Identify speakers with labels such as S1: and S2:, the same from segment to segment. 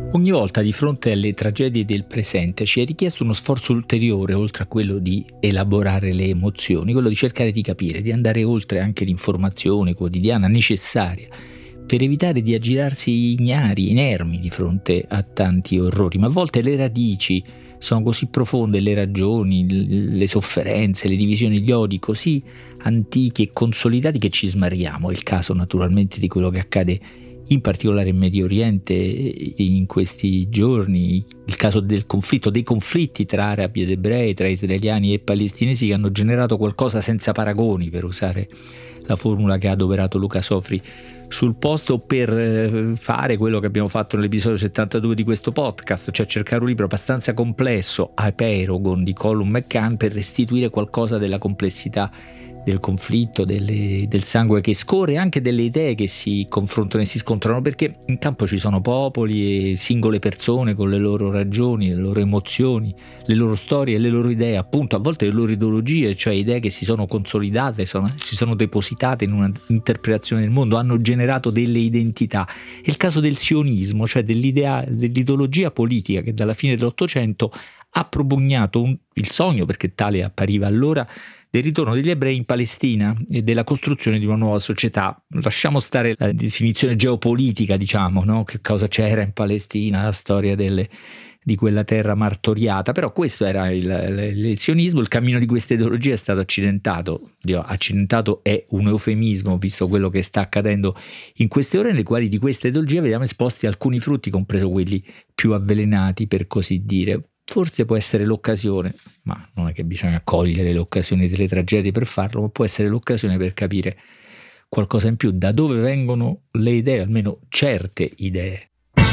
S1: Ogni volta di fronte alle tragedie del presente ci è richiesto uno sforzo ulteriore, oltre a quello di elaborare le emozioni, quello di cercare di capire, di andare oltre anche l'informazione quotidiana necessaria per evitare di aggirarsi ignari, inermi di fronte a tanti orrori. Ma a volte le radici sono così profonde, le ragioni, le sofferenze, le divisioni, gli odi così antichi e consolidati che ci smarriamo. È il caso naturalmente di quello che accade in particolare in Medio Oriente in questi giorni, il caso del conflitto, dei conflitti tra arabi ed ebrei, tra israeliani e palestinesi, che hanno generato qualcosa senza paragoni, per usare la formula che ha adoperato Luca Sofri sul posto, per fare quello che abbiamo fatto nell'episodio 72 di questo podcast, cioè cercare un libro abbastanza complesso, Hyperogon di Colum McCann, per restituire qualcosa della complessità del conflitto, del sangue che scorre, anche delle idee che si confrontano e si scontrano, perché in campo ci sono popoli e singole persone con le loro ragioni, le loro emozioni, le loro storie, le loro idee, appunto a volte le loro ideologie, cioè idee che si sono consolidate, si sono depositate in una interpretazione del mondo, hanno generato delle identità. È il caso del sionismo, cioè dell'ideologia politica che dalla fine dell'Ottocento ha propugnato il sogno, perché tale appariva allora, del ritorno degli ebrei in Palestina e della costruzione di una nuova società. Lasciamo stare la definizione geopolitica, diciamo, no? Che cosa c'era in Palestina, la storia di quella terra martoriata, però questo era il sionismo. Il cammino di questa ideologia è stato accidentato. Accidentato è un eufemismo, visto quello che sta accadendo in queste ore, nelle quali di questa ideologia vediamo esposti alcuni frutti, compreso quelli più avvelenati, per così dire. Forse può essere l'occasione, ma non è che bisogna cogliere le occasioni delle tragedie per farlo, ma può essere l'occasione per capire qualcosa in più, da dove vengono le idee, almeno certe idee.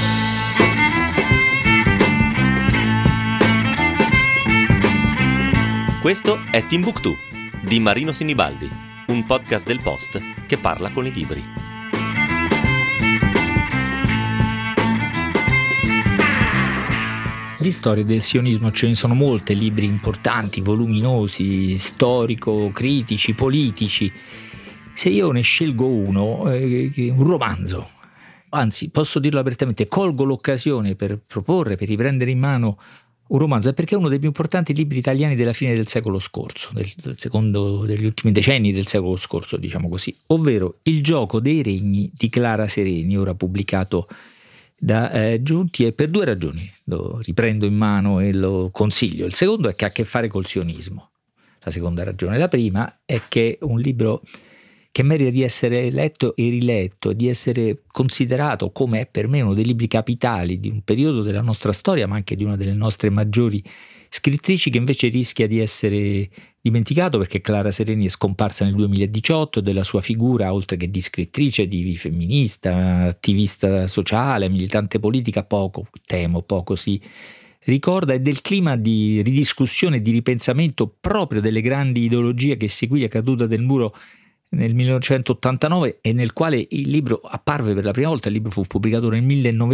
S2: Questo è Timbuktu di Marino Sinibaldi, un podcast del Post che parla con i libri.
S1: Di storie del sionismo ce ne sono molte, libri importanti, voluminosi, storico-critici, politici. Se io ne scelgo uno, un romanzo, anzi posso dirlo apertamente, colgo l'occasione per proporre, per riprendere in mano un romanzo, è perché è uno dei più importanti libri italiani della fine del secolo scorso, degli ultimi decenni del secolo scorso, diciamo così, ovvero Il gioco dei regni di Clara Sereni, ora pubblicato da Giunti, e per due ragioni lo riprendo in mano e lo consiglio. Il secondo è che ha a che fare col sionismo. La seconda ragione. La prima è che è un libro che merita di essere letto e riletto, di essere considerato, come è per me uno dei libri capitali di un periodo della nostra storia, ma anche di una delle nostre maggiori scrittrici, che invece rischia di essere dimenticato, perché Clara Sereni è scomparsa nel 2018 e della sua figura, oltre che di scrittrice, di femminista, attivista sociale, militante politica, poco si ricorda, e del clima di ridiscussione e di ripensamento proprio delle grandi ideologie che seguì la caduta del muro nel 1989, e nel quale il libro apparve per la prima volta. Il libro fu pubblicato nel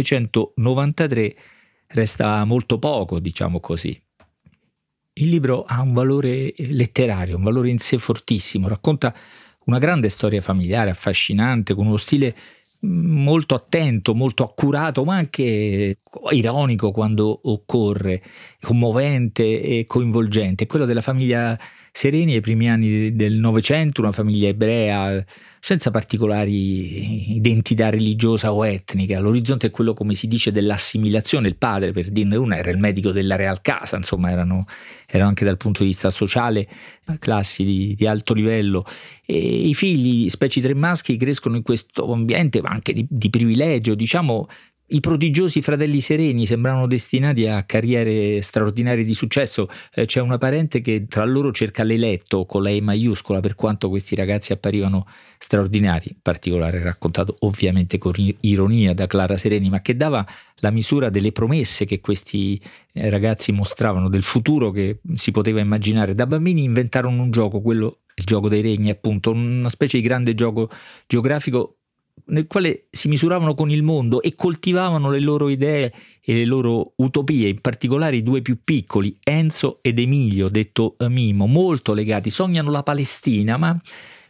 S1: 1993, resta molto poco, diciamo così. Il libro ha un valore letterario, un valore in sé fortissimo, racconta una grande storia familiare, affascinante, con uno stile molto attento, molto accurato, ma anche ironico quando occorre, commovente e coinvolgente. Quello della famiglia Sereni ai primi anni del Novecento, una famiglia ebrea senza particolari identità religiosa o etnica. L'orizzonte è quello, come si dice, dell'assimilazione. Il padre, per dirne una, era il medico della Real Casa, insomma erano anche dal punto di vista sociale classi di alto livello, e i figli, specie i tre maschi, crescono in questo ambiente, ma anche di privilegio, diciamo. I prodigiosi fratelli Sereni sembrano destinati a carriere straordinarie di successo. C'è una parente che tra loro cerca l'eletto con la E maiuscola, per quanto questi ragazzi apparivano straordinari, in particolare raccontato ovviamente con ironia da Clara Sereni, ma che dava la misura delle promesse che questi ragazzi mostravano, del futuro che si poteva immaginare. Da bambini inventarono un gioco, il gioco dei regni, appunto, una specie di grande gioco geografico nel quale si misuravano con il mondo e coltivavano le loro idee e le loro utopie. In particolare i due più piccoli, Enzo ed Emilio, detto Mimo, molto legati, sognano la Palestina, ma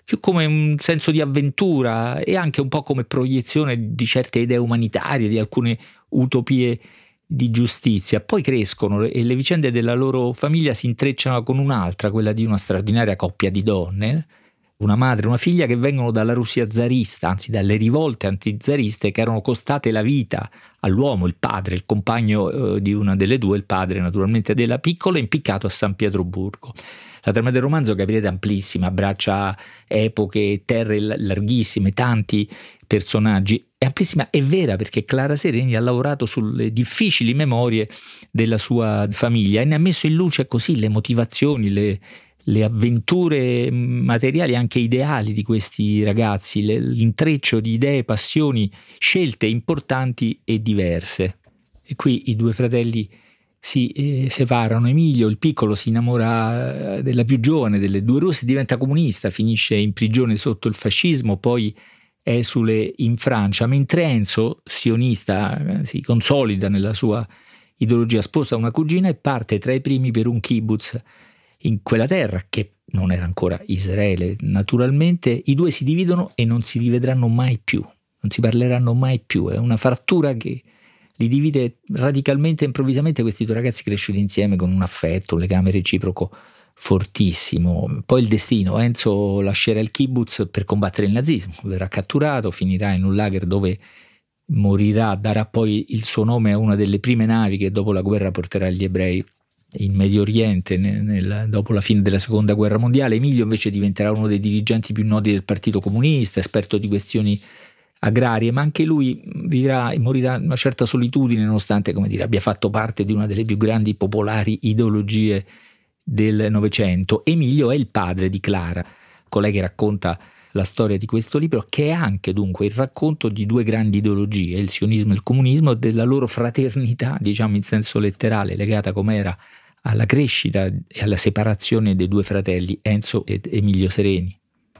S1: più come un senso di avventura e anche un po' come proiezione di certe idee umanitarie, di alcune utopie di giustizia. Poi crescono e le vicende della loro famiglia si intrecciano con un'altra, quella di una straordinaria coppia di donne, una madre e una figlia che vengono dalla Russia zarista, anzi dalle rivolte antizariste che erano costate la vita all'uomo, il padre, il compagno di una delle due, il padre naturalmente della piccola, impiccato a San Pietroburgo. La trama del romanzo, capirete, è amplissima, abbraccia epoche, terre larghissime, tanti personaggi. È amplissima, è vera, perché Clara Sereni ha lavorato sulle difficili memorie della sua famiglia e ne ha messo in luce così le motivazioni, le avventure materiali, anche ideali di questi ragazzi, l'intreccio di idee, passioni, scelte importanti e diverse. E qui i due fratelli si separano. Emilio, il piccolo, si innamora della più giovane delle due russe, diventa comunista, finisce in prigione sotto il fascismo, poi esule in Francia, mentre Enzo, sionista, si consolida nella sua ideologia, sposa una cugina e parte tra i primi per un kibbutz in quella terra, che non era ancora Israele naturalmente. I due si dividono e non si rivedranno mai più, non si parleranno mai più, è una frattura che li divide radicalmente. Improvvisamente questi due ragazzi cresciuti insieme con un affetto, un legame reciproco fortissimo. Poi il destino: Enzo lascerà il kibbutz per combattere il nazismo, verrà catturato, finirà in un lager dove morirà, darà poi il suo nome a una delle prime navi che dopo la guerra porterà gli ebrei in Medio Oriente dopo la fine della Seconda Guerra Mondiale. Emilio invece diventerà uno dei dirigenti più noti del Partito Comunista, esperto di questioni agrarie, ma anche lui vivrà e morirà in una certa solitudine, nonostante, come dire, abbia fatto parte di una delle più grandi popolari ideologie del Novecento. Emilio è il padre di Clara, colei che racconta la storia di questo libro, che è anche dunque il racconto di due grandi ideologie, il sionismo e il comunismo, della loro fraternità, diciamo in senso letterale, legata com'era alla crescita e alla separazione dei due fratelli, Enzo ed Emilio Sereni.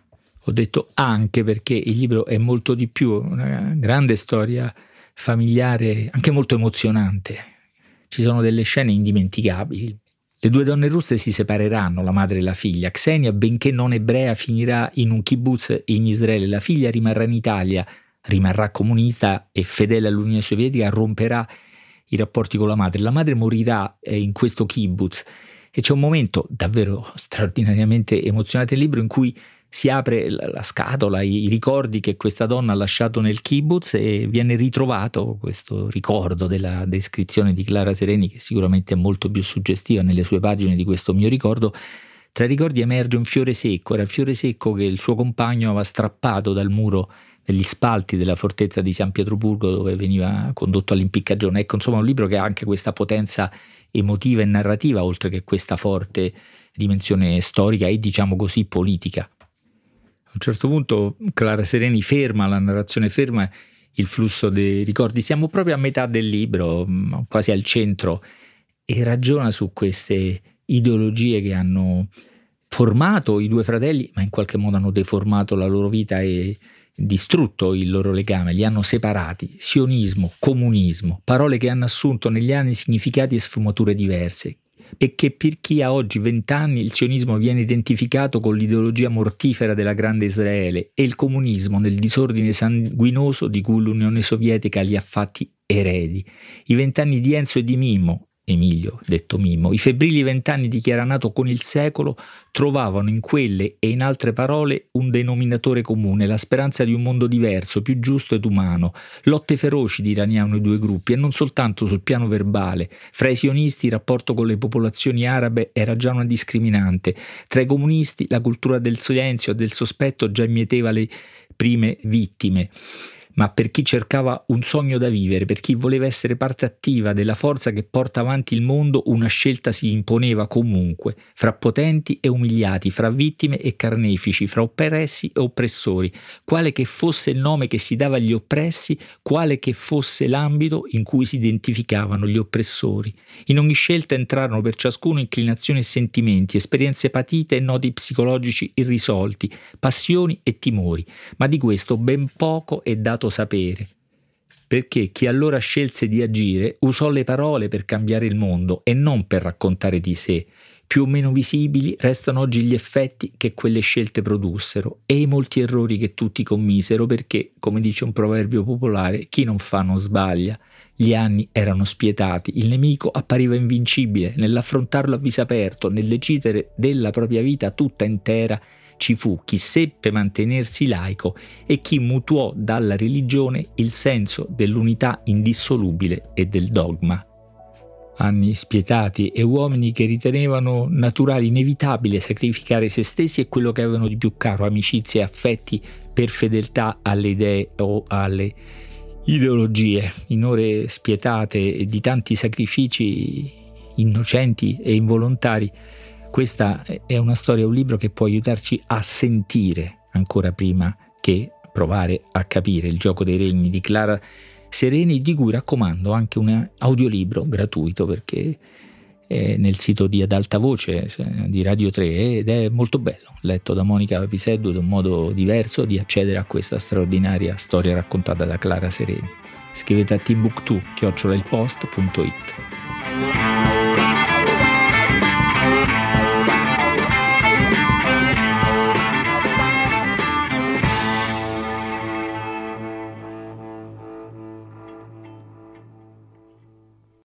S1: Ho detto anche perché il libro è molto di più, una grande storia familiare, anche molto emozionante. Ci sono delle scene indimenticabili. Le due donne russe si separeranno, la madre e la figlia. Ksenia, benché non ebrea, finirà in un kibbutz in Israele. La figlia rimarrà in Italia, rimarrà comunista e fedele all'Unione Sovietica, romperà i rapporti con la madre. La madre morirà in questo kibbutz e c'è un momento davvero straordinariamente emozionante nel libro in cui si apre la scatola, i ricordi che questa donna ha lasciato nel kibbutz, e viene ritrovato questo ricordo della descrizione di Clara Sereni, che sicuramente è molto più suggestiva nelle sue pagine di questo mio ricordo. Tra i ricordi emerge un fiore secco, era il fiore secco che il suo compagno aveva strappato dal muro degli spalti della fortezza di San Pietroburgo, dove veniva condotto all'impiccagione. Ecco, insomma, un libro che ha anche questa potenza emotiva e narrativa, oltre che questa forte dimensione storica e, diciamo così, politica. A un certo punto Clara Sereni ferma la narrazione, ferma il flusso dei ricordi. Siamo proprio a metà del libro, quasi al centro, e ragiona su queste ideologie che hanno formato i due fratelli, ma in qualche modo hanno deformato la loro vita e distrutto il loro legame, li hanno separati. Sionismo, comunismo, parole che hanno assunto negli anni significati e sfumature diverse, e che per chi ha oggi 20 anni il sionismo viene identificato con l'ideologia mortifera della grande Israele e il comunismo nel disordine sanguinoso di cui l'Unione Sovietica li ha fatti eredi. I 20 anni di Enzo e di Mimmo, Emilio, detto Mimmo, i febbrili 20 anni di chi era nato con il secolo, trovavano in quelle e in altre parole un denominatore comune, la speranza di un mondo diverso, più giusto ed umano. Lotte feroci diraniavano i due gruppi, e non soltanto sul piano verbale. Fra i sionisti il rapporto con le popolazioni arabe era già una discriminante, tra i comunisti la cultura del silenzio e del sospetto già mieteva le prime vittime. Ma per chi cercava un sogno da vivere, per chi voleva essere parte attiva della forza che porta avanti il mondo, una scelta si imponeva comunque, fra potenti e umiliati, fra vittime e carnefici, fra oppressi e oppressori. Quale che fosse il nome che si dava agli oppressi, quale che fosse l'ambito in cui si identificavano gli oppressori. In ogni scelta entrarono per ciascuno inclinazioni e sentimenti, esperienze patite e nodi psicologici irrisolti, passioni e timori, ma di questo ben poco è dato sapere, perché chi allora scelse di agire usò le parole per cambiare il mondo e non per raccontare di sé. più o meno visibili, restano oggi gli effetti che quelle scelte produssero e i molti errori che tutti commisero perché, come dice un proverbio popolare, chi non fa non sbaglia. Gli anni erano spietati, il nemico appariva invincibile, nell'affrontarlo a viso aperto, nel decidere della propria vita tutta intera, ci fu chi seppe mantenersi laico e chi mutuò dalla religione il senso dell'unità indissolubile e del dogma. Anni spietati e uomini che ritenevano naturale, inevitabile sacrificare se stessi e quello che avevano di più caro, amicizie e affetti, per fedeltà alle idee o alle ideologie. In ore spietate e di tanti sacrifici innocenti e involontari, questa è una storia, un libro che può aiutarci a sentire ancora prima che provare a capire. Il gioco dei regni di Clara Sereni, di cui raccomando anche un audiolibro gratuito perché è nel sito di Ad Alta Voce di Radio 3 ed è molto bello, letto da Monica Piseddu, ed un modo diverso di accedere a questa straordinaria storia raccontata da Clara Sereni. Scrivete a timbuktu@ilpost.it.